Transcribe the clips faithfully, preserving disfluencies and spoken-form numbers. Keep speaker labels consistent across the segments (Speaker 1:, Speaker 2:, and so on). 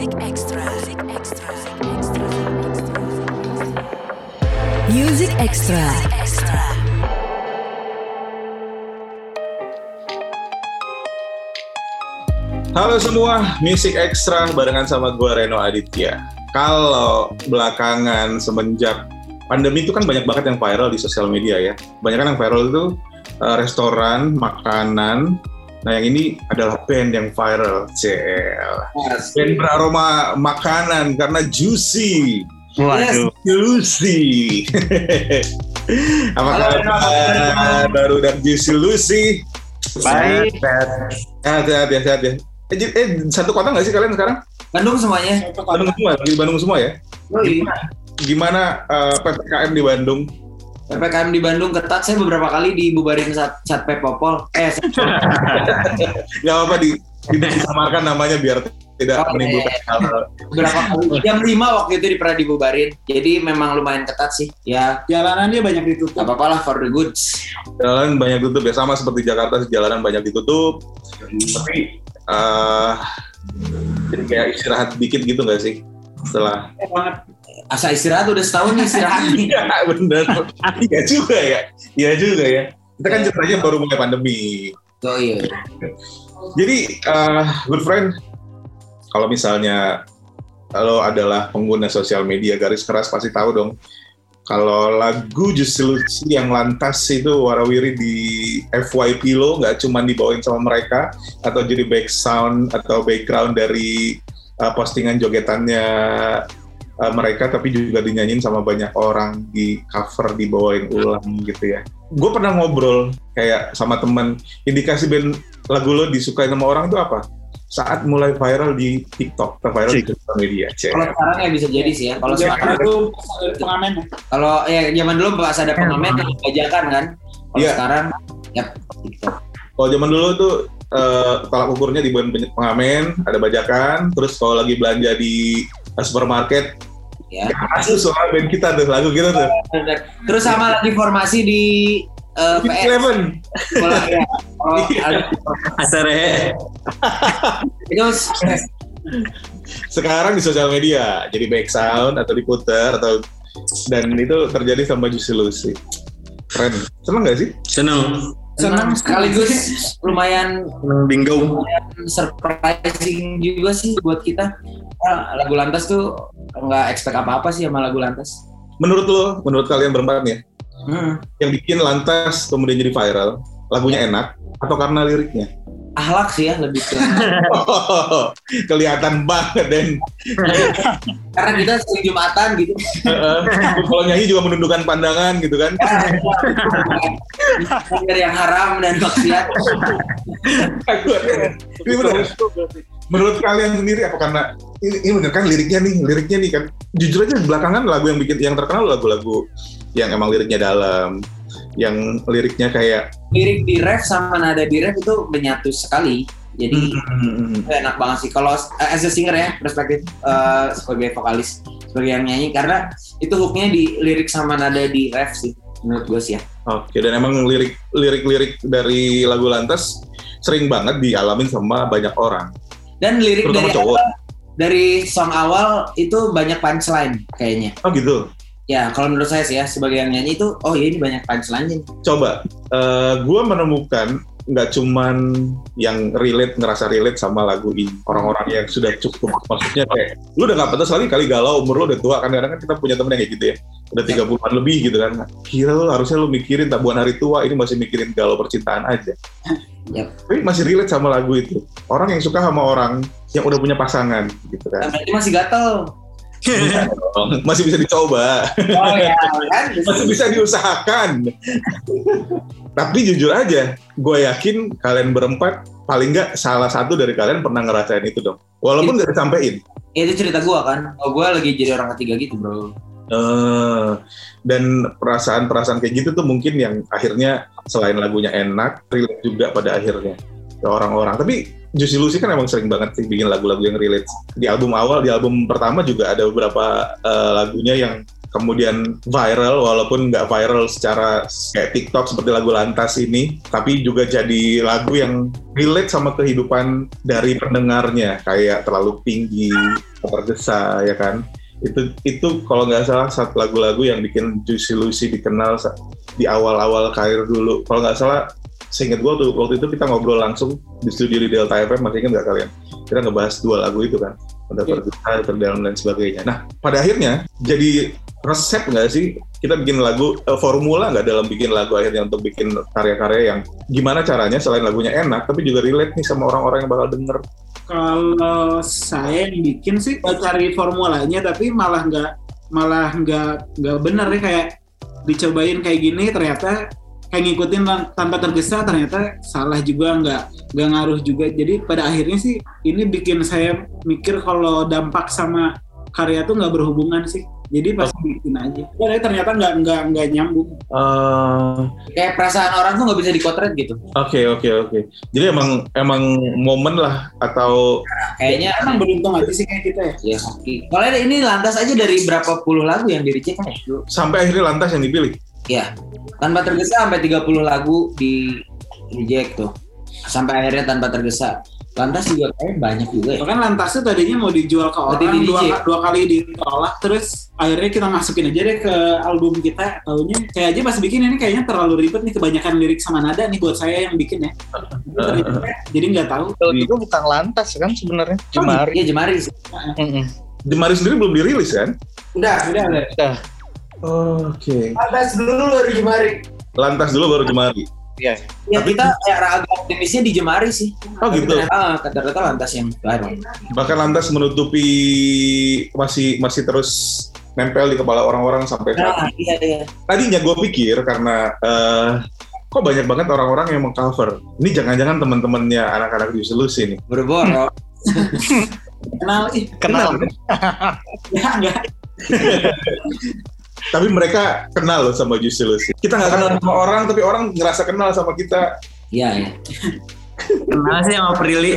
Speaker 1: Music Extra. Music Extra. Music Extra.
Speaker 2: Halo semua, Music Extra barengan sama gue Reno Aditya. Kalau belakangan semenjak pandemi itu kan banyak banget yang viral di sosial media ya. Banyak kan yang viral itu uh, restoran, makanan. Nah yang ini adalah band yang viral, Cel. Band beraroma makanan karena juicy.
Speaker 3: Waduh.
Speaker 2: Juicy. Apa kabar baru dan Juicy Lucy?
Speaker 3: Baik.
Speaker 2: Sehat, sehat ya, sehat ya. Eh, eh, satu kota nggak sih kalian sekarang?
Speaker 4: Bandung semuanya.
Speaker 2: Bandung semua, di Bandung semua ya?
Speaker 4: Oh, iya.
Speaker 2: Gimana uh, P P K M di Bandung?
Speaker 4: P P K M di Bandung ketat, saya beberapa kali dibubarin saat Satpol Popol. Eh,
Speaker 2: Gak apa-apa di, di disamarkan namanya biar tidak
Speaker 4: oh,
Speaker 2: menimbulkan
Speaker 4: iya.
Speaker 2: hal-hal.
Speaker 4: Beberapa kali. Jam lima waktu itu di pernah dibubarin. Jadi memang lumayan ketat sih. Ya,
Speaker 5: Jalanannya banyak ditutup.
Speaker 4: nggak apa-apa lah for the goods.
Speaker 2: Jalan banyak tutup ya, sama seperti Jakarta, jalanan banyak ditutup. Tapi uh, jadi kayak istirahat dikit gitu nggak sih? Setelah
Speaker 4: Asa istirahat udah setahun nih istirahat nih.
Speaker 2: Iya bener. Iya juga ya. Iya juga ya. Kita kan ceritanya baru mulai pandemi.
Speaker 4: Oh iya.
Speaker 2: Jadi uh, good friend, kalau misalnya lo adalah pengguna sosial media garis keras pasti tahu dong. Kalau lagu Juicy Lucy yang lantas itu warawiri di F Y P lo nggak cuma dibawain sama mereka atau jadi back sound atau background dari uh, postingan jogetannya uh, mereka, tapi juga dinyanyiin sama banyak orang, di cover, dibawain ulang gitu ya. Gue pernah ngobrol kayak sama teman, indikasi band lagu lo disukai sama orang itu apa? Saat mulai viral di TikTok, viral di sosial media.
Speaker 4: Kalau sekarang ya bisa jadi sih ya. Kalau sekarang
Speaker 5: itu pengamen.
Speaker 4: kalau ya zaman dulu pas ada pengamen bajakan kan. Kalau
Speaker 2: Iya.
Speaker 4: sekarang ya TikTok.
Speaker 2: Kalau zaman dulu tuh uh, tolak ukurnya di band pengamen, ada bajakan, terus kalau lagi belanja di uh, supermarket,
Speaker 4: Ya.
Speaker 2: asli suara band kita tuh, lagu kita tuh.
Speaker 4: Terus sama lagi formasi di uh, P S.
Speaker 2: Eleven.
Speaker 4: Kalau ya, oh, ada-
Speaker 3: Asare.
Speaker 4: itu
Speaker 2: Sekarang di sosial media, jadi back sound atau diputer atau dan itu terjadi sama Juicy Lucy. Keren. Seneng nggak sih?
Speaker 3: Seneng.
Speaker 4: senang sekaligus lumayan
Speaker 3: Seneng bingo.
Speaker 4: surprising juga sih buat kita. Nah, lagu Lantas tuh nggak expect apa-apa sih sama lagu Lantas.
Speaker 2: Menurut lo, menurut kalian berempat nih,
Speaker 4: Hmm.
Speaker 2: yang bikin Lantas kemudian jadi viral, lagunya enak atau karena liriknya?
Speaker 4: Ahlak sih ya lebih ke
Speaker 2: Oh, kelihatan banget dan
Speaker 4: karena kita sering Jumatan gitu.
Speaker 2: kalau nyanyi juga menundukkan pandangan gitu kan.
Speaker 4: Dari yang haram dan maksiat.
Speaker 2: Ini benar. Menurut kalian sendiri apa karena ini, ini benar kan liriknya nih, liriknya nih kan. Jujur aja belakangan lagu yang bikin yang terkenal lagu-lagu yang emang liriknya dalam, yang liriknya kayak
Speaker 4: Lirik di ref sama nada di ref itu menyatu sekali. Jadi
Speaker 2: hmm,
Speaker 4: itu enak banget sih kalau uh, as a singer ya, perspektif uh, sebagai vokalis, sebagai yang nyanyi, karena itu hooknya di lirik sama nada di ref sih menurut gue sih ya.
Speaker 2: oke, dan emang lirik lirik-lirik dari lagu Lantas sering banget dialamin sama banyak orang.
Speaker 4: Dan lirik
Speaker 2: Terutama
Speaker 4: dari
Speaker 2: cowok.
Speaker 4: awal, dari song awal itu banyak punchline kayaknya.
Speaker 2: Oh gitu.
Speaker 4: Ya kalau menurut saya sih ya, sebagai yang nyanyi itu, oh ya ini banyak punchline-nya.
Speaker 2: Coba, uh, gue menemukan nggak cuman yang relate, ngerasa relate sama lagu ini. Orang-orang yang sudah cukup, maksudnya kayak, lu udah gak pantas lagi kali galau, umur lu udah tua, kan kadang kan kita punya temen yang kayak gitu ya. Udah tiga puluhan lebih gitu kan. Gila lu, harusnya lu mikirin tabuhan hari tua, ini masih mikirin galau percintaan aja.
Speaker 4: Yep.
Speaker 2: Tapi masih relate sama lagu itu. Orang yang suka sama orang yang udah punya pasangan gitu kan.
Speaker 4: Berarti masih gatel.
Speaker 2: Masih bisa dicoba.
Speaker 4: Oh ya kan.
Speaker 2: Masih bisa diusahakan. Tapi jujur aja, gue yakin kalian berempat paling nggak salah satu dari kalian pernah ngerasain itu dong. Walaupun nggak disampein.
Speaker 4: Ya, itu cerita gua kan. Oh gua lagi jadi orang ketiga gitu bro.
Speaker 2: Uh, dan perasaan-perasaan kayak gitu tuh mungkin yang akhirnya selain lagunya enak, relate juga pada akhirnya ke orang-orang. Tapi Juicy Lucy kan emang sering banget sih bikin lagu-lagu yang relate. Di album awal, di album pertama juga ada beberapa uh, lagunya yang kemudian viral, walaupun nggak viral secara kayak TikTok seperti lagu Lantas ini, tapi juga jadi lagu yang relate sama kehidupan dari pendengarnya, kayak Terlalu Tinggi, Tergesa, ya kan. Itu itu kalau nggak salah satu lagu-lagu yang bikin Juicy Lucy dikenal di awal-awal karir dulu. Kalau nggak salah, seingat gue tuh waktu itu kita ngobrol langsung di studio di Delta F M, masih ingat nggak kalian? Kita ngebahas dua lagu itu kan, Ada Tergesa, Terdalam dan sebagainya. Nah, pada akhirnya jadi resep nggak sih kita bikin lagu, uh, formula nggak dalam bikin lagu akhirnya untuk bikin karya-karya yang gimana caranya selain lagunya enak, tapi juga relate nih sama orang-orang yang bakal denger.
Speaker 5: Kalau saya yang bikin sih cari formulanya, tapi malah nggak malah nggak nggak bener ya, kayak dicobain kayak gini ternyata kayak ngikutin Tanpa Tergesa ternyata salah juga, nggak nggak ngaruh juga. Jadi pada akhirnya sih ini bikin saya mikir kalau dampak sama karya tuh nggak berhubungan sih. Jadi pas bikin aja, tapi ternyata nggak nggak nggak nyambung.
Speaker 2: Uh,
Speaker 4: Kayak perasaan orang tuh nggak bisa dikotret gitu.
Speaker 2: Oke oke oke. Jadi emang emang momen lah atau
Speaker 4: Kayaknya
Speaker 5: Emang beruntung aja sih kayak kita ya.
Speaker 4: ya hoki. Kalau ini Lantas aja dari berapa puluh lagu yang direject ya?
Speaker 2: sampai akhirnya Lantas yang dipilih.
Speaker 4: Ya, Tanpa Tergesa sampai tiga puluh lagu di reject tuh. Sampai akhirnya Tanpa Tergesa. Lantas juga kayak banyak juga ya.
Speaker 5: Bahkan Lantas tuh tadinya mau dijual ke orang,
Speaker 4: Berarti di
Speaker 5: dua,
Speaker 4: D J.
Speaker 5: dua kali ditolak, terus akhirnya kita masukin aja deh ke album kita. Taunya kayak aja pas bikin ini kayaknya terlalu ribet nih, kebanyakan lirik sama nada nih buat saya yang bikin ya. Ternyata, jadi nggak tahu.
Speaker 6: Kalau itu bukan Lantas kan sebenarnya, Jemari.
Speaker 4: Iya Jemari sih.
Speaker 6: Mm-mm.
Speaker 2: Jemari sendiri belum dirilis kan?
Speaker 4: Udah, udah, udah.
Speaker 6: Udah.
Speaker 2: Oke.
Speaker 4: Lantas dulu baru Jemari.
Speaker 2: Lantas dulu baru Jemari.
Speaker 6: Iya.
Speaker 4: Ya
Speaker 2: Tapi-
Speaker 4: kita kayak agak optimisnya di Jemari sih.
Speaker 2: Oh gitu.
Speaker 4: Ah, kata-kata Lantas yang viral.
Speaker 2: Bahkan Lantas menutupi masih masih terus nempel di kepala orang-orang sampai saat
Speaker 4: Nah, iya iya.
Speaker 2: tadinya gue pikir karena eh, kok banyak banget orang-orang yang mengcover. Ini jangan-jangan teman-temannya anak-anak Juicy Lucy nih.
Speaker 4: Boro-boro.
Speaker 5: Kenal ih,
Speaker 6: Kenal.
Speaker 5: ya enggak.
Speaker 2: Tapi mereka kenal loh sama Juicy Lucy. Kita nggak kenal sama orang, tapi orang ngerasa kenal sama kita.
Speaker 4: Iya ya.
Speaker 3: Kenal sih sama Prilly.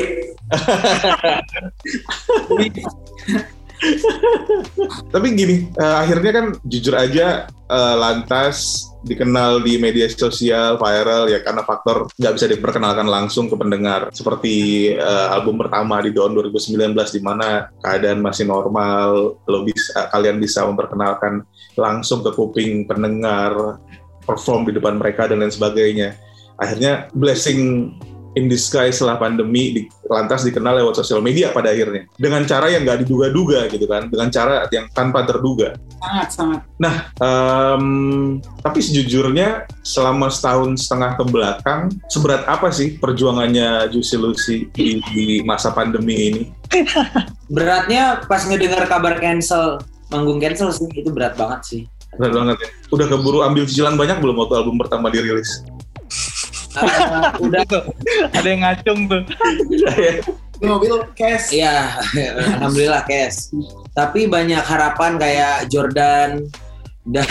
Speaker 2: Tapi gini, eh, akhirnya kan jujur aja eh, Lantas dikenal di media sosial, viral ya karena faktor nggak bisa diperkenalkan langsung ke pendengar. Seperti eh, album pertama di tahun dua ribu sembilan belas di mana keadaan masih normal, lo bisa, kalian bisa memperkenalkan langsung ke kuping pendengar, perform di depan mereka dan lain sebagainya. Akhirnya blessing in disguise setelah pandemi, di, Lantas dikenal lewat sosial media pada akhirnya. Dengan cara yang nggak diduga-duga gitu kan, dengan cara yang tanpa terduga.
Speaker 5: Sangat sangat.
Speaker 2: Um, tapi sejujurnya selama setahun setengah ke belakang, seberat apa sih perjuangannya Juicy Lucy di, di masa pandemi ini?
Speaker 4: Beratnya pas ngedengar kabar cancel, manggung cancel sih, itu berat banget sih.
Speaker 2: Berat banget ya. Udah keburu ambil cicilan banyak belum waktu album pertama dirilis?
Speaker 4: Uh, udah.
Speaker 6: Ada yang ngacung tuh.
Speaker 5: Di mobil cash.
Speaker 4: Iya, alhamdulillah cash. Tapi banyak harapan kayak Jordan dan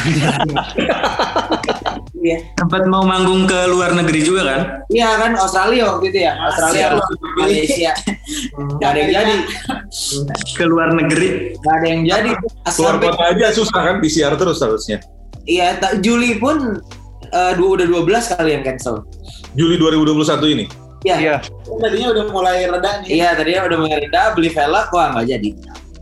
Speaker 4: Iya.
Speaker 3: Sempat mau manggung ke luar negeri juga kan?
Speaker 4: Iya kan Australia waktu itu ya, Australia, Malaysia. Gak ada yang jadi,
Speaker 3: Ke luar negeri.
Speaker 4: gak ada yang jadi.
Speaker 2: Keluar
Speaker 4: Sampai,
Speaker 2: kota aja susah kan, P C R terus harusnya.
Speaker 4: iya, ta- Juli pun uh, dua, udah dua belas kali yang cancel.
Speaker 2: Juli dua ribu dua puluh satu ini.
Speaker 4: Iya,
Speaker 6: Iya.
Speaker 5: Tadinya udah mulai reda nih.
Speaker 4: iya tadinya udah mulai reda, beli velg, wah nggak jadi.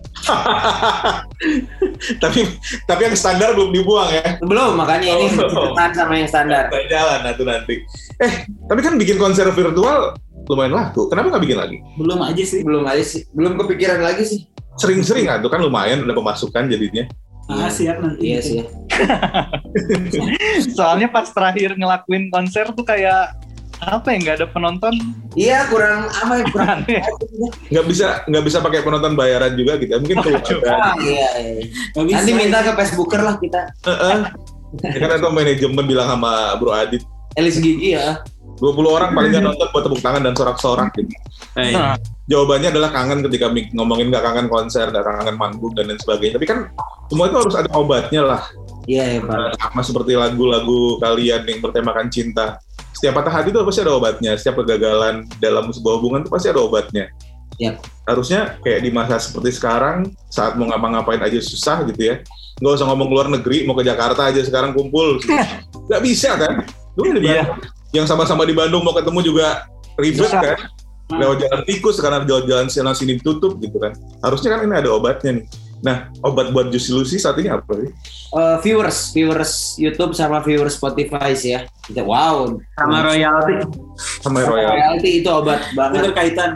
Speaker 2: tapi tapi yang standar belum dibuang ya.
Speaker 4: Belum, makanya ini
Speaker 2: Oh.
Speaker 4: cepetan sama yang standar.
Speaker 2: Sampai jalan nanti nanti. Eh, tapi kan bikin konser virtual lumayan laku. Kenapa nggak bikin lagi?
Speaker 5: Belum aja sih.
Speaker 4: Belum aja sih, belum kepikiran lagi sih.
Speaker 2: Sering-sering kan, tuh kan lumayan ada pemasukan jadinya.
Speaker 5: Ah, siap nanti.
Speaker 4: Iya sih.
Speaker 6: Soalnya pas terakhir ngelakuin konser tuh kayak apa ya, nggak ada penonton.
Speaker 4: Iya kurang apa ya kurang.
Speaker 6: Aneh.
Speaker 2: Nggak bisa nggak bisa pakai penonton bayaran juga gitu. Mungkin keluarga.
Speaker 4: Ah, iya, iya.
Speaker 5: Nggak bisa.
Speaker 4: Nanti minta ke Facebooker lah kita.
Speaker 2: Heeh. Ya kan atau manajemen bilang sama Bro Adit,
Speaker 4: Elis Gigi ya.
Speaker 2: dua puluh orang paling nggak nonton buat tepuk tangan dan sorak-sorak gitu.
Speaker 3: Eh,
Speaker 6: Nah,
Speaker 2: Jawabannya adalah kangen ketika mi- ngomongin nggak kangen konser, nggak kangen manggung dan lain sebagainya. Tapi kan semua itu harus ada obatnya lah.
Speaker 4: Iya ya Pak.
Speaker 2: Sama seperti lagu-lagu kalian yang bertemakan cinta. Setiap patah hati itu pasti ada obatnya. Setiap kegagalan dalam sebuah hubungan itu pasti ada obatnya.
Speaker 4: Yap.
Speaker 2: Harusnya kayak di masa seperti sekarang, saat mau ngapa-ngapain aja susah gitu ya. nggak usah ngomong luar negeri, mau ke Jakarta aja sekarang kumpul. Nggak bisa kan? Dulu di Bandung. Yang sama-sama di Bandung mau ketemu juga ribet
Speaker 6: Susah.
Speaker 2: kan? Lewat jalan tikus karena jalan-jalan sana sini ditutup gitu kan. Harusnya kan ini ada obatnya nih. Nah, obat buat Juicy Lucy saat ini apa sih?
Speaker 4: Uh, viewers, viewers YouTube sama viewers Spotify sih ya. Kita- Wow,
Speaker 3: Sama royalty.
Speaker 2: Sama Royal.
Speaker 4: royalty itu obat
Speaker 5: Itu
Speaker 4: banget.
Speaker 5: berkaitan.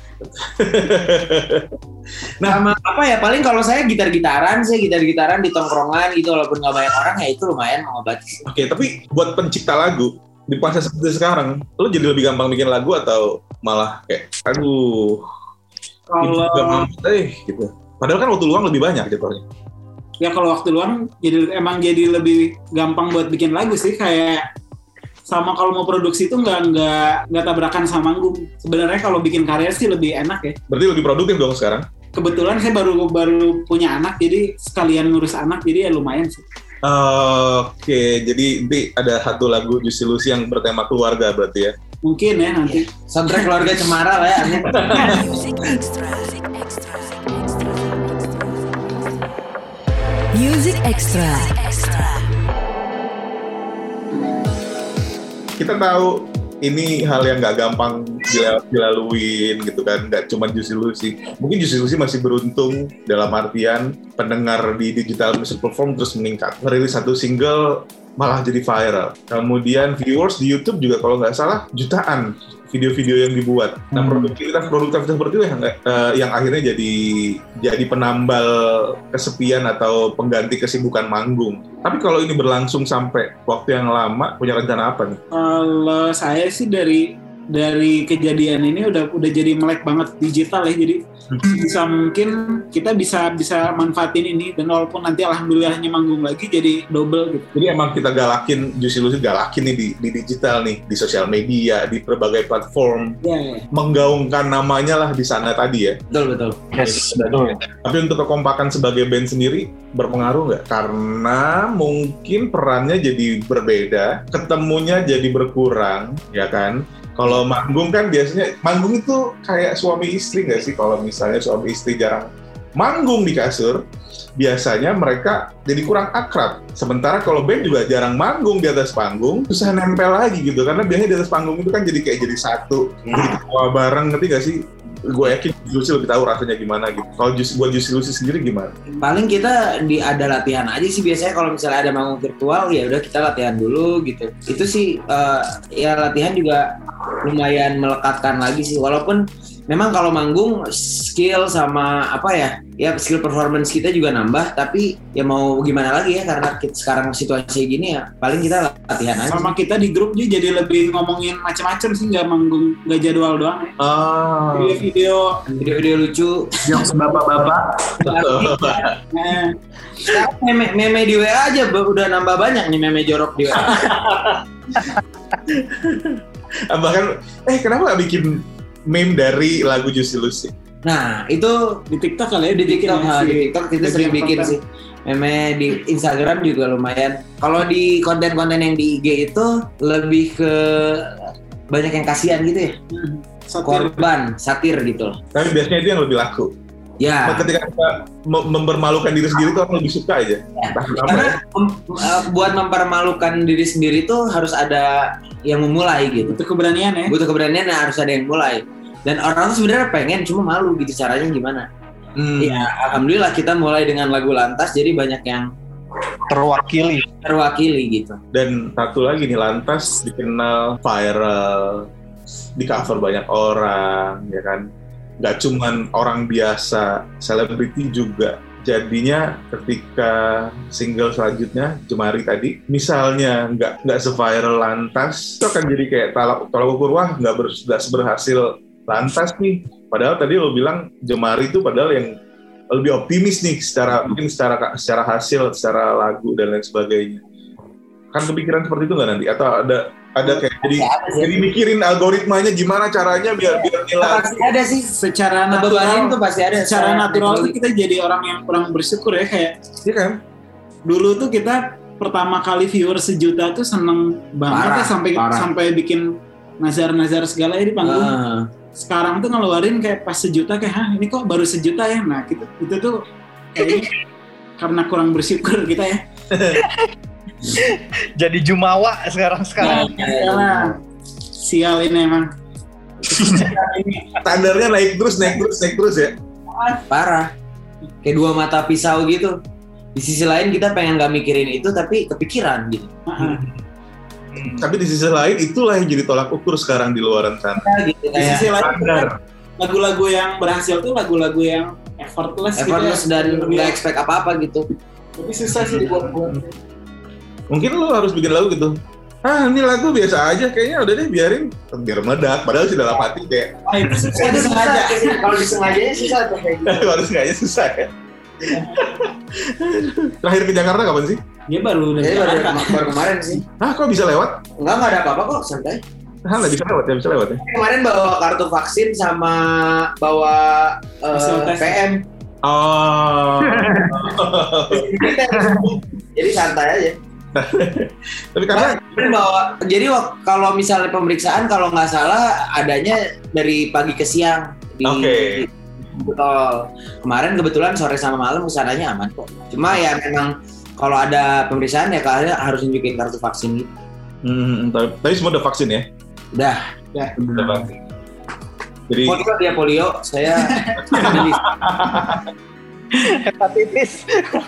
Speaker 4: Nah, sama apa ya? Paling kalau saya gitar-gitaran sih, gitar-gitaran di tongkrongan gitu, walaupun nggak banyak orang ya itu lumayan mengobati.
Speaker 2: Oke, tapi buat pencipta lagu di masa seperti sekarang, lo jadi lebih gampang bikin lagu atau malah kayak, aduh, ini
Speaker 5: Kalau
Speaker 2: juga mampu, eh gitu. Padahal kan waktu luang lebih banyak jatuhnya.
Speaker 5: ya kalau waktu luang jadi emang jadi lebih gampang buat bikin lagu sih, kayak sama kalau mau produksi itu nggak nggak nggak tabrakan sama manggung. Sebenarnya kalau bikin karya sih lebih enak ya.
Speaker 2: Berarti lebih produktif dong sekarang.
Speaker 5: Kebetulan saya baru baru punya anak, jadi sekalian ngurus anak, jadi ya lumayan sih.
Speaker 2: Oke, jadi nanti ada satu lagu Juicy Lucy yang bertema keluarga berarti ya.
Speaker 5: Mungkin ya nanti.
Speaker 4: Soundtrack keluarga Cemara lah ya.
Speaker 1: Music Extra. Music Extra.
Speaker 2: Kita tahu ini hal yang nggak gampang dilal- dilaluin gitu kan, nggak cuma Juicy Lucy. Mungkin Juicy Lucy masih beruntung dalam artian pendengar di digital music platform terus meningkat. Merilis satu single malah jadi viral. Kemudian viewers di YouTube juga kalau nggak salah jutaan video-video yang dibuat. Nah, produktivitas produktivitas seperti itu yang, eh, yang akhirnya jadi jadi penambal kesepian atau pengganti kesibukan manggung. Tapi kalau ini berlangsung sampai waktu yang lama, punya rencana apa nih?
Speaker 5: Kalau saya sih dari dari kejadian ini udah udah jadi melek banget digital ya, jadi bisa mungkin kita bisa bisa manfaatin ini, dan walaupun nanti alhamdulillahnya manggung lagi jadi double gitu.
Speaker 2: Jadi emang kita galakin, Juicy Lucy galakin nih di, di digital nih, di sosial media, di berbagai platform,
Speaker 5: Ya, ya.
Speaker 2: menggaungkan namanya lah di sana tadi ya.
Speaker 4: Betul betul.
Speaker 6: Yes, betul.
Speaker 2: Tapi untuk kekompakan sebagai band sendiri berpengaruh nggak? Karena mungkin perannya jadi berbeda, ketemunya jadi berkurang, ya kan? Kalau manggung kan biasanya, manggung itu kayak suami istri nggak sih? Kalau misalnya suami istri jarang manggung di kasur, biasanya mereka jadi kurang akrab. Sementara kalau band juga jarang manggung di atas panggung, susah nempel lagi gitu. Karena biasanya di atas panggung itu kan jadi kayak jadi satu, jadi ketawa bareng, ngerti nggak sih? Gue yakin Lucy lebih tahu rasanya gimana gitu. Kalau Juicy, buat Juicy Lucy sendiri gimana?
Speaker 4: Paling kita di ada latihan aja sih biasanya kalau misalnya ada manggung virtual ya udah kita latihan dulu gitu. Itu sih eh, ya latihan juga lumayan melekatkan lagi sih, walaupun memang kalau manggung skill sama apa ya ya skill performance kita juga nambah, tapi ya mau gimana lagi ya karena kita sekarang situasi gini ya paling kita latihan aja.
Speaker 5: Sama kita di grup juga jadi lebih ngomongin macam-macam sih, nggak manggung, nggak jadwal doang ya.
Speaker 2: Ah,
Speaker 5: Video-video.
Speaker 4: Video-video lucu.
Speaker 3: Yang bapak-bapak.
Speaker 5: Nah,
Speaker 4: Sekarang meme, meme di W A aja be- udah nambah banyak nih meme jorok di W A.
Speaker 2: bahkan, eh kenapa nggak bikin meme dari lagu Juicy Lucy?
Speaker 4: Nah itu
Speaker 5: di TikTok kali ya,
Speaker 4: di TikTok,
Speaker 5: bikin
Speaker 4: ha,
Speaker 5: si-
Speaker 4: di TikTok kita
Speaker 5: bagian
Speaker 4: sering bikin
Speaker 5: konten.
Speaker 4: sih. Meme di Instagram juga lumayan. Kalau di konten-konten yang di I G itu lebih ke banyak yang kasihan gitu ya,
Speaker 5: Satir.
Speaker 4: korban, satir gitu loh.
Speaker 2: Tapi biasanya itu yang lebih laku.
Speaker 4: Ya,
Speaker 2: Ketika kita mem- mempermalukan diri sendiri tuh orang lebih suka aja. Entah kenapa
Speaker 4: karena
Speaker 2: ya.
Speaker 4: mem- uh, buat mempermalukan diri sendiri tuh harus ada yang memulai gitu.
Speaker 5: Itu keberanian ya.
Speaker 4: Butuh keberanian dan harus ada yang mulai. Dan orang tuh sebenarnya pengen, cuma malu gitu caranya gimana.
Speaker 2: Hmm.
Speaker 4: Ya, alhamdulillah kita mulai dengan lagu Lantas, jadi banyak yang
Speaker 6: Terwakili.
Speaker 4: terwakili gitu.
Speaker 2: Dan satu lagi nih, Lantas dikenal viral, di cover banyak orang, ya kan? Nggak cuman orang biasa, selebriti juga. Jadinya ketika single selanjutnya, Jemari tadi, misalnya nggak nggak se-viral Lantas, itu akan jadi kayak tolak tolak ukur, wah nggak ber, nggak seberhasil Lantas nih. Padahal tadi lo bilang Jemari itu padahal yang lebih optimis nih secara mungkin secara secara hasil, secara lagu dan lain sebagainya. Kan kepikiran seperti itu nggak nanti? Atau ada ada kayak jadi
Speaker 4: Ada sih.
Speaker 2: jadi mikirin algoritmanya gimana caranya biar biar nilai.
Speaker 4: Pasti ada sih.
Speaker 5: Secara
Speaker 4: Bebanin tuh
Speaker 5: natural,
Speaker 4: pasti ada.
Speaker 5: secara natural tuh kita jadi orang yang kurang bersyukur ya, kayak
Speaker 2: Iya kan?
Speaker 5: dulu tuh kita pertama kali viewer sejuta tuh seneng banget
Speaker 4: Parah,
Speaker 5: ya, sampai
Speaker 4: parah.
Speaker 5: sampai bikin nazar-nazar segala ya di panggung.
Speaker 4: Ah.
Speaker 5: Sekarang tuh ngeluarin kayak pas sejuta kayak, hah ini kok baru sejuta ya? Nah gitu, itu tuh kayaknya karena kurang bersyukur kita ya.
Speaker 6: Jadi jumawa sekarang sekarang.
Speaker 5: Nah, sial ini emang.
Speaker 2: Standarnya naik terus, naik terus, naik terus ya.
Speaker 4: Parah. Kayak dua mata pisau gitu. Di sisi lain kita pengen gak mikirin itu tapi kepikiran gitu.
Speaker 6: Hmm.
Speaker 2: Tapi di sisi lain itulah yang jadi tolak ukur sekarang di luaran sana.
Speaker 4: Gitu,
Speaker 5: Di sisi
Speaker 4: kayak
Speaker 5: lain
Speaker 2: Standar.
Speaker 5: lagu-lagu yang berhasil tuh lagu-lagu yang effortless,
Speaker 4: effortless
Speaker 5: gitu ya.
Speaker 4: dan nggak expect apa-apa gitu.
Speaker 5: Tapi susah sih dibuat-buat.
Speaker 2: Mungkin lo harus bikin lagu gitu. Ah, ini lagu biasa aja, kayaknya udah deh biarin biar meledak. Padahal sih dalam hati kayak
Speaker 5: Ah, itu susah
Speaker 4: Itu
Speaker 5: disengaja.
Speaker 4: susah, kalau disengajanya susah tuh kayak gitu.
Speaker 2: harus nggaknya susah ya. Terakhir ke Jakarta kapan sih?
Speaker 5: Dia baru udah
Speaker 4: Jadi baru,
Speaker 5: Jakarta.
Speaker 4: baru kemarin sih.
Speaker 2: Ah, kok bisa lewat?
Speaker 4: Enggak, enggak ada apa-apa kok, santai.
Speaker 2: Ah, nggak bisa lewat ya, bisa lewat ya.
Speaker 4: Kemarin bawa kartu vaksin sama bawa eh,
Speaker 5: Hasil tes.
Speaker 4: P M.
Speaker 2: Oh.
Speaker 4: Jadi santai aja.
Speaker 2: Tapi karena
Speaker 4: Kemarin bawa, jadi wak- kalau misalnya pemeriksaan kalau nggak salah adanya dari pagi ke siang di,
Speaker 2: Oke.
Speaker 4: di tol. Kemarin kebetulan sore sama malam kesananya aman kok. Cuma ya memang kalau ada pemeriksaan ya kalian harus nunjukin kartu vaksin gitu.
Speaker 2: hmm, tapi, tapi semua udah vaksin ya?
Speaker 4: Udah.
Speaker 2: Udah vaksin. Jadi
Speaker 4: Polio dia polio, saya beli.
Speaker 6: Hepatitis.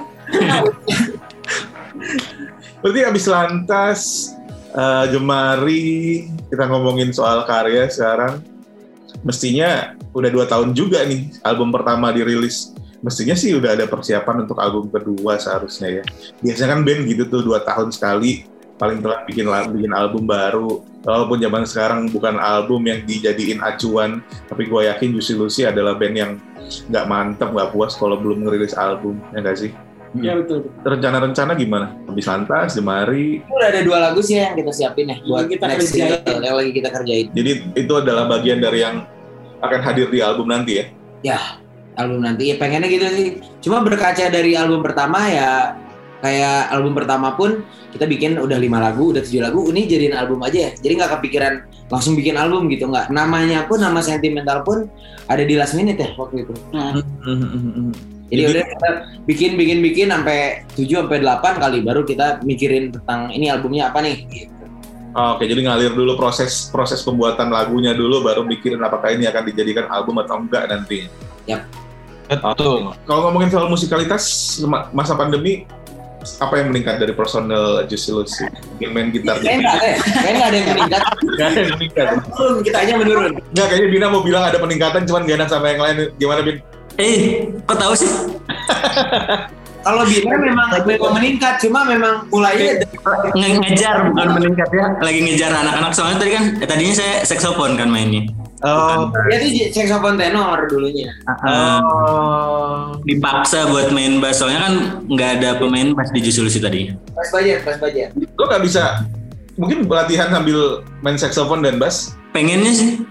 Speaker 2: berarti abis lantas eh, Jemari, kita ngomongin soal karya sekarang. Mestinya udah dua tahun juga nih album pertama dirilis. Mestinya sih udah ada persiapan untuk album kedua seharusnya ya. Biasanya kan band gitu tuh dua tahun sekali paling telat bikin bikin album baru. Walaupun zaman sekarang bukan album yang dijadiin acuan, tapi gue yakin Juicy Lucy adalah band yang nggak mantep, nggak puas kalau belum ngerilis album, ya nggak sih?
Speaker 5: Ya betul.
Speaker 2: Rencana-rencana gimana? Habis lantas, Jemari.
Speaker 4: Udah ada dua lagu sih yang kita siapin ya buat
Speaker 5: Yang kita
Speaker 4: next
Speaker 5: kerjain.
Speaker 4: single yang lagi kita kerjain.
Speaker 2: Jadi itu adalah bagian dari yang akan hadir di album nanti ya?
Speaker 4: Ya, album nanti ya pengennya gitu sih. Cuma berkaca dari album pertama ya kayak album pertama pun kita bikin udah lima lagu, udah tujuh lagu, ini jadiin album aja ya. Jadi nggak kepikiran langsung bikin album gitu, nggak. Namanya pun, nama Sentimental pun ada di last minute ya waktu itu.
Speaker 5: Nah,
Speaker 4: Jadi,
Speaker 2: Jadi-
Speaker 4: udah kita bikin, bikin, bikin sampai tujuh sampai delapan kali baru kita mikirin tentang ini albumnya apa nih. Gitu.
Speaker 2: Oke, jadi ngalir dulu proses proses pembuatan lagunya dulu, baru mikirin apakah ini akan dijadikan album atau enggak nanti.
Speaker 6: Betul.
Speaker 2: Kalau ngomongin soal musikalitas sema- masa pandemi, apa yang meningkat dari personel Juicy Lucy? Mungkin main gitar.
Speaker 4: Kayaknya nggak ada ya, kayaknya nggak ada yang meningkat.
Speaker 2: Nggak ada yang meningkat.
Speaker 4: Menurun, kita aja menurun.
Speaker 2: Nggak, kayaknya Bina mau bilang ada peningkatan, cuman gak enak sama yang lain. Gimana, Bin?
Speaker 7: Eh, kok tahu sih?
Speaker 4: Kalau Bina memang memang meningkat, cuma memang mulainya
Speaker 7: Nge- ngejar bukan meningkat ya. Lagi ngejar anak-anak soalnya tadi kan eh, tadinya saya saxophone kan mainnya.
Speaker 2: Oh,
Speaker 4: dia tuh saxophone tenor dulunya.
Speaker 2: oh.
Speaker 7: Dipaksa buat main bass soalnya kan nggak ada pemain bass di Juicy Lucy tadi.
Speaker 4: Pas budget, pas budget.
Speaker 2: Lo nggak bisa, mungkin latihan sambil main saxophone dan bass?
Speaker 7: Pengennya sih.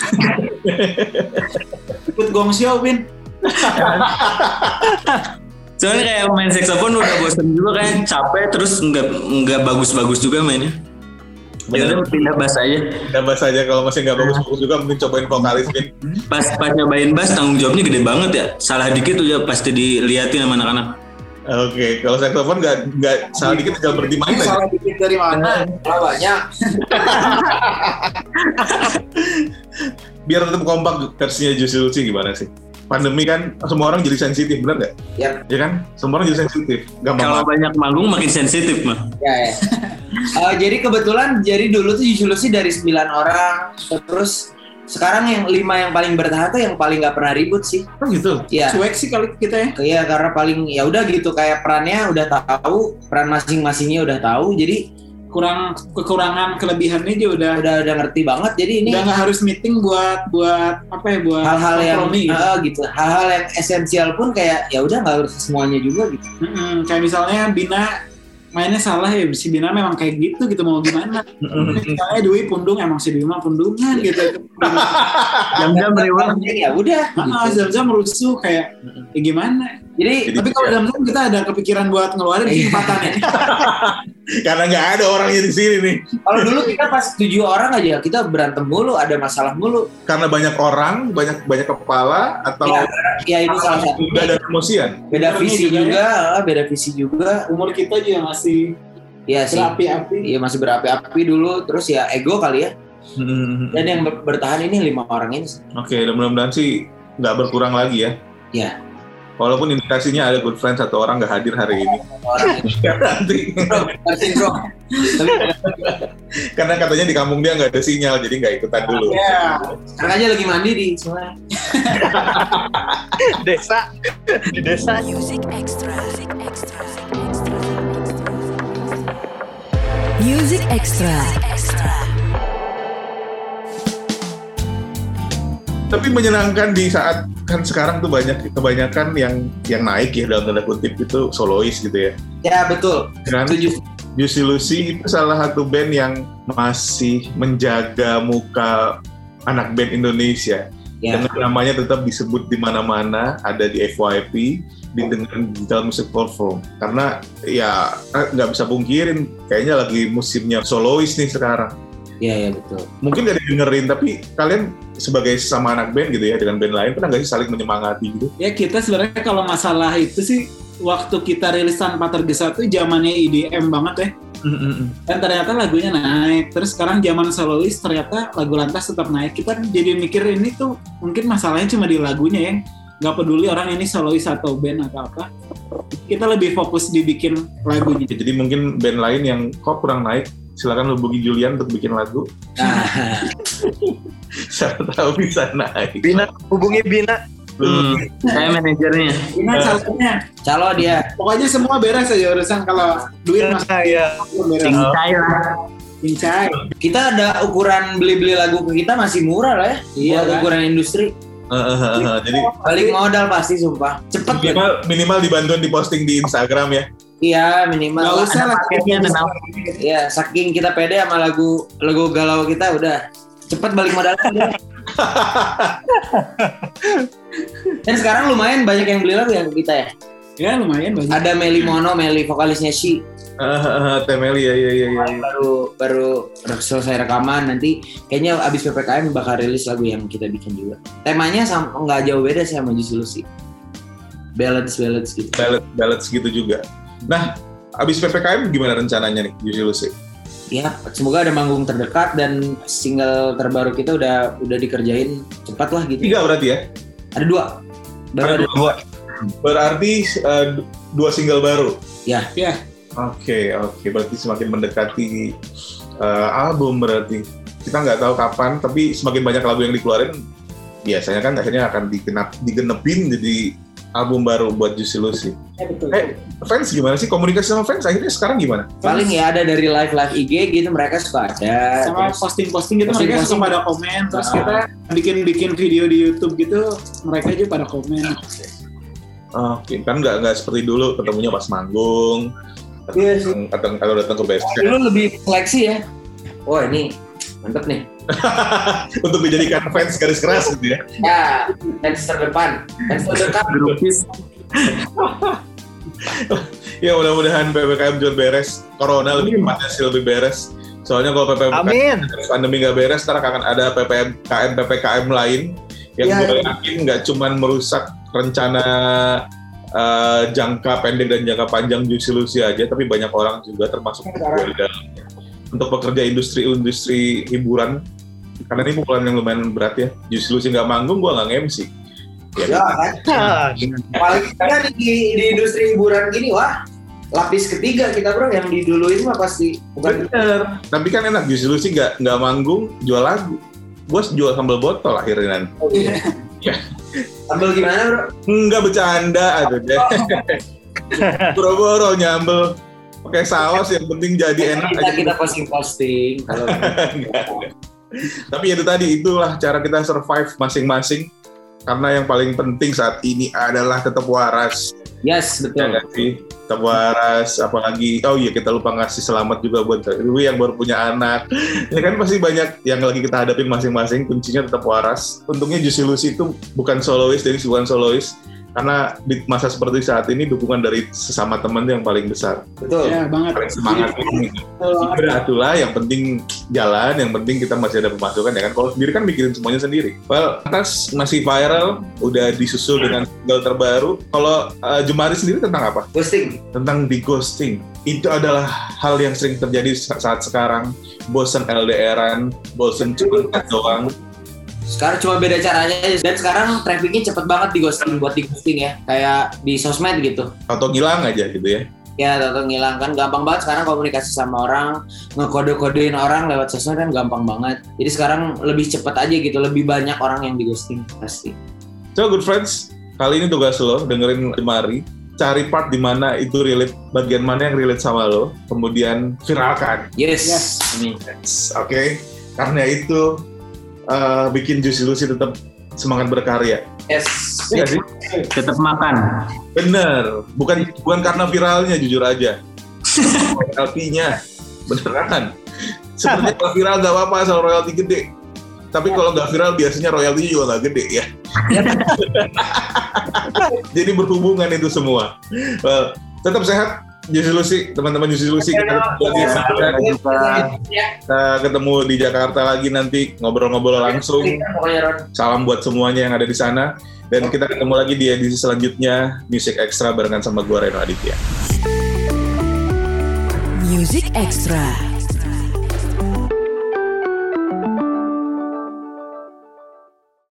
Speaker 5: ikut gong show, Bin.
Speaker 7: Soalnya kayak main saxophone udah bosan juga kan, capek terus nggak nggak bagus-bagus juga mainnya. Ya udah pindah bass aja.
Speaker 2: Dan bass aja, kalau masih nggak bagus-bagus juga mungkin cobain vokalis, Bin.
Speaker 7: Pas pas nyobain bass tanggung jawabnya gede banget ya. Salah dikit udah pasti diliatin sama anak-anak.
Speaker 2: Oke, kalau saxophone nggak nggak salah dikit tinggal berhenti main aja.
Speaker 5: Salah dikit dari mana?
Speaker 4: Salah banyak.
Speaker 2: Biar tetap kompak versinya Juicy Lucy gimana sih? Pandemi kan semua orang jadi sensitif, benar nggak?
Speaker 4: Yap.
Speaker 2: Ya kan? Semua orang jadi sensitif. Gampang
Speaker 7: Kalau
Speaker 2: banget.
Speaker 7: banyak manggung makin sensitif mah.
Speaker 4: Ya, ya. Eh, jadi kebetulan jadi dulu tuh Juicy Lucy dari sembilan orang, terus sekarang yang lima yang paling bertahan tuh yang paling nggak pernah ribut sih.
Speaker 2: Oh gitu.
Speaker 4: Iya.
Speaker 5: Cuek sih kali kita ya.
Speaker 4: Iya, karena paling ya udah gitu kayak perannya udah tahu, peran masing-masingnya udah tahu, jadi
Speaker 5: Kurang kekurangan kelebihannya juga udah
Speaker 4: udah udah ngerti banget. Jadi ini
Speaker 5: udah nggak harus meeting buat buat apa ya buat
Speaker 4: hal-hal yang
Speaker 5: kompromi gitu.
Speaker 4: eh, gitu, hal-hal yang esensial pun kayak ya udah nggak harus semuanya juga gitu.
Speaker 5: Mm-mm, kayak misalnya Bina mainnya salah ya, si Bina memang kayak gitu gitu mau gimana. Misalnya Dwi pundung emang si Dwi mah pundungan gitu.
Speaker 7: Jam-jam rewel.
Speaker 4: Ya udah.
Speaker 5: Ah,
Speaker 4: Gitu.
Speaker 5: Zam-Zam rusuh kayak ya gimana?
Speaker 4: Jadi
Speaker 2: Jadi
Speaker 5: Tapi kalau Zam-Zam kita ada kepikiran buat ngeluarin
Speaker 4: Iya.
Speaker 5: kesempatannya.
Speaker 2: Karena nggak ada orangnya di sini nih.
Speaker 4: Kalau dulu kita pas tujuh orang aja kita berantem mulu, ada masalah mulu.
Speaker 2: Karena banyak orang, banyak banyak kepala atau
Speaker 4: Ya, ya itu salah satu.
Speaker 2: nggak ada emosian.
Speaker 4: Beda visi
Speaker 5: juga
Speaker 4: juga, ah, beda visi juga.
Speaker 5: Umur kita juga masih
Speaker 4: Iya sih.
Speaker 5: berapi-api.
Speaker 4: Iya masih berapi-api dulu, terus ya ego kali ya.
Speaker 2: Hmm.
Speaker 4: Dan yang ber- bertahan ini lima orang ini.
Speaker 2: Oke, dan mudah-mudahan sih nggak berkurang lagi ya.
Speaker 4: Ya.
Speaker 2: Walaupun indikasinya ada good friend satu orang nggak hadir hari ini.
Speaker 4: Orang ini.
Speaker 2: Nanti.
Speaker 4: Bro, kasih bro. Tapi
Speaker 2: Karena katanya di kampung dia nggak ada sinyal, jadi nggak ikutan dulu.
Speaker 5: Ya.
Speaker 4: sekarang aja lagi mandi di sungai.
Speaker 6: Desa. Di desa.
Speaker 1: Music Extra. Music Extra. Music Extra. Extra.
Speaker 2: Tapi menyenangkan di saat kan sekarang tuh banyak kebanyakan yang yang naik ya dalam tanda kutip itu solois gitu ya.
Speaker 4: Ya betul.
Speaker 2: Kan
Speaker 4: Setuju.
Speaker 2: Juicy Lucy itu salah satu band yang masih menjaga muka anak band Indonesia.
Speaker 4: Ya.
Speaker 2: Dengan namanya tetap disebut di mana-mana, ada di F Y P, di dengan digital music platform. Karena ya nggak bisa pungkirin, kayaknya lagi musimnya solois nih sekarang.
Speaker 4: Iya, ya betul.
Speaker 2: Mungkin gak didengerin, tapi kalian sebagai sesama anak band gitu ya, dengan band lain, pernah gak sih saling menyemangati gitu?
Speaker 5: Ya kita sebenarnya kalau masalah itu sih waktu kita rilis Tanpa Tergesa tuh zamannya E D M banget ya. Dan ternyata lagunya naik. Terus sekarang zaman solois ternyata lagu Lantas tetap naik. Kita jadi mikir ini tuh mungkin masalahnya cuma di lagunya ya. Gak peduli orang ini solois atau band atau apa. Kita lebih fokus dibikin lagunya.
Speaker 2: Jadi mungkin band lain yang kok kurang naik, silakan hubungi Julian untuk bikin lagu.
Speaker 4: Nah,
Speaker 2: Siapa tahu bisa naik.
Speaker 6: Bina, hubungi Bina.
Speaker 7: Hmm, saya manajernya.
Speaker 5: Ini salahnya.
Speaker 4: calo dia.
Speaker 5: Pokoknya semua beres aja urusan kalau duit masuk
Speaker 6: Iya.
Speaker 5: beres.
Speaker 7: Cincai lah.
Speaker 5: Cincai.
Speaker 4: Kita ada ukuran beli-beli lagu ke kita masih murah lah ya.
Speaker 5: Iya,
Speaker 4: Buat
Speaker 5: kan?
Speaker 4: ukuran industri.
Speaker 2: Uh, uh, uh, uh. Jadi
Speaker 4: Balik modal pasti sumpah. Cepet kan?
Speaker 2: minimal minimal dibantuin di posting di Instagram ya.
Speaker 4: Iya minimal.
Speaker 5: Gak usah lah.
Speaker 7: Paketnya tenang.
Speaker 4: Ya saking kita pede sama lagu lagu galau kita udah cepet balik modal. Dan sekarang lumayan banyak yang beli lagu yang kita ya.
Speaker 5: Ya lumayan banyak.
Speaker 4: Ada Meli Mono, Meli vokalisnya Shi.
Speaker 2: Uh, uh, uh, Temeli ya ya ya ya.
Speaker 4: Baru baru selesai rekaman, nanti kayaknya abis P P K M bakal rilis lagu yang kita bikin juga. Temanya sama nggak jauh beda sih sama Juicy Lucy. Balance balance gitu.
Speaker 2: Balance balance gitu juga. Nah, abis P P K M gimana rencananya nih Juicy Lucy?
Speaker 4: Ya, semoga ada manggung terdekat dan single terbaru kita udah udah dikerjain cepat lah gitu.
Speaker 2: Tiga berarti ya?
Speaker 4: Ada dua. Baru
Speaker 2: Ada
Speaker 4: ada
Speaker 2: dua. Berarti uh, dua single baru.
Speaker 4: Ya.
Speaker 5: Ya.
Speaker 2: Oke, oke. Berarti semakin mendekati uh, album berarti. Kita nggak tahu kapan, tapi semakin banyak lagu yang dikeluarin, biasanya kan akhirnya akan digenap, digenepin jadi album baru buat Juicy Lucy.
Speaker 5: Ya betul.
Speaker 2: Eh, fans gimana sih? Komunikasi sama fans akhirnya sekarang gimana?
Speaker 4: Paling ya ada dari live live I G gitu mereka suka ada.
Speaker 5: Sama
Speaker 4: Terus-
Speaker 5: posting-posting gitu mereka
Speaker 4: Posting-posting.
Speaker 5: suka pada komen. Terus
Speaker 4: Ah.
Speaker 5: kita bikin-bikin video di YouTube gitu, mereka aja pada komen.
Speaker 2: Oke, kan nggak nggak seperti dulu ketemunya pas manggung.
Speaker 4: Iya sih.
Speaker 2: Atau kalau datang ke base camp.
Speaker 4: Dulu lebih seleksi ya. Oh ini mantep nih.
Speaker 2: Untuk dijadikan fans garis keras gitu ya.
Speaker 4: Ya, fans terdepan, fans terdekat.
Speaker 7: Grupis.
Speaker 2: Ya mudah-mudahan P P K M juga beres, Corona lebih tepatnya sih lebih beres. Soalnya kalau P P K M
Speaker 6: Amin.
Speaker 2: pandemi nggak beres, ntar akan ada P P K M P P K M lain yang
Speaker 4: Ya,
Speaker 2: gue yakin nggak cuman merusak rencana uh, jangka pendek dan jangka panjang Juicy Lucy aja, tapi banyak orang juga termasuk gue di dalamnya. Untuk pekerja industri-industri hiburan, karena ini pukulan yang lumayan berat ya. Juicy Lucy nggak manggung, gue nggak nge-M C.
Speaker 4: Ya kan.
Speaker 6: Ah,
Speaker 4: Paling kan di, di industri hiburan gini wah lapis ketiga kita bro yang diduluin mah pasti bukan.
Speaker 2: Bener. Tapi kan enak, Juicy Lucy nggak nggak manggung, jual lagu. Gue jual sambal botol akhirnya nanti.
Speaker 4: Oh, iya.
Speaker 2: Ya.
Speaker 4: Sambal gimana bro?
Speaker 2: Nggak bercanda aduh deh. Boro-boro nyambel pakai saus yang penting jadi enak
Speaker 4: Kita
Speaker 2: aja.
Speaker 4: kita posting posting kalau
Speaker 2: Nggak, nggak. Tapi itu tadi itulah cara kita survive masing-masing. Karena yang paling penting saat ini adalah tetap waras.
Speaker 4: yes
Speaker 2: Ya
Speaker 4: betul.
Speaker 2: nggak sih? Tetap waras, apalagi oh iya kita lupa ngasih selamat juga buat lu yang baru punya anak. Ya kan pasti banyak yang lagi kita hadapin masing-masing, kuncinya tetap waras. Untungnya Juicy Lucy itu bukan solois, jadi bukan solois, Karena di masa seperti saat ini dukungan dari sesama teman yang paling besar.
Speaker 4: Betul.
Speaker 5: Ya banget.
Speaker 2: Paling semangat ini. Udah itulah yang penting jalan, yang penting kita masih ada pemasukan ya kan. Kalau sendiri kan mikirin semuanya sendiri. Well, atas masih viral, udah disusul dengan single terbaru. Kalau uh, Jemari sendiri tentang apa?
Speaker 4: Ghosting.
Speaker 2: Tentang di ghosting. Itu adalah hal yang sering terjadi saat sekarang. Bosen L D R-an, bosen cuma doang.
Speaker 4: Sekarang cuma beda caranya aja. Dan sekarang trafficnya cepet banget di ghosting, buat di ghosting ya. Kayak di sosmed gitu.
Speaker 2: Atau ngilang aja gitu ya.
Speaker 4: Ya, atau ngilang kan gampang banget sekarang komunikasi sama orang, ngekode-kodein orang lewat sosmed kan gampang banget. Jadi sekarang lebih cepet aja gitu, lebih banyak orang yang di ghosting pasti.
Speaker 2: So good friends, kali ini tugas lo dengerin Jemari, cari part di mana itu relate, bagian mana yang relate sama lo, kemudian viralkan.
Speaker 4: Yes.
Speaker 5: Yes.
Speaker 4: Ini.
Speaker 2: Yes, Oke, okay. Karena itu uh, bikin Juicy Lucy tetap semangat berkarya.
Speaker 4: Yes.
Speaker 2: Iya sih?
Speaker 3: Tetap makan.
Speaker 2: Bener, bukan bukan karena viralnya jujur aja. Royaltinya, beneran. Sebenarnya kalau viral gak apa-apa asal royalti gede. Tapi kalau nggak viral biasanya royaltinya juga nggak gede ya. Jadi berhubungan itu semua. Well, tetap sehat. Juicy Lucy, teman-teman Juicy Lucy, kita lagi kita ketemu di Jakarta lagi nanti ngobrol-ngobrol langsung. Salam buat semuanya yang ada di sana dan kita ketemu lagi di edisi selanjutnya Music Extra barengan sama gua Reno Aditya.
Speaker 1: Music Extra.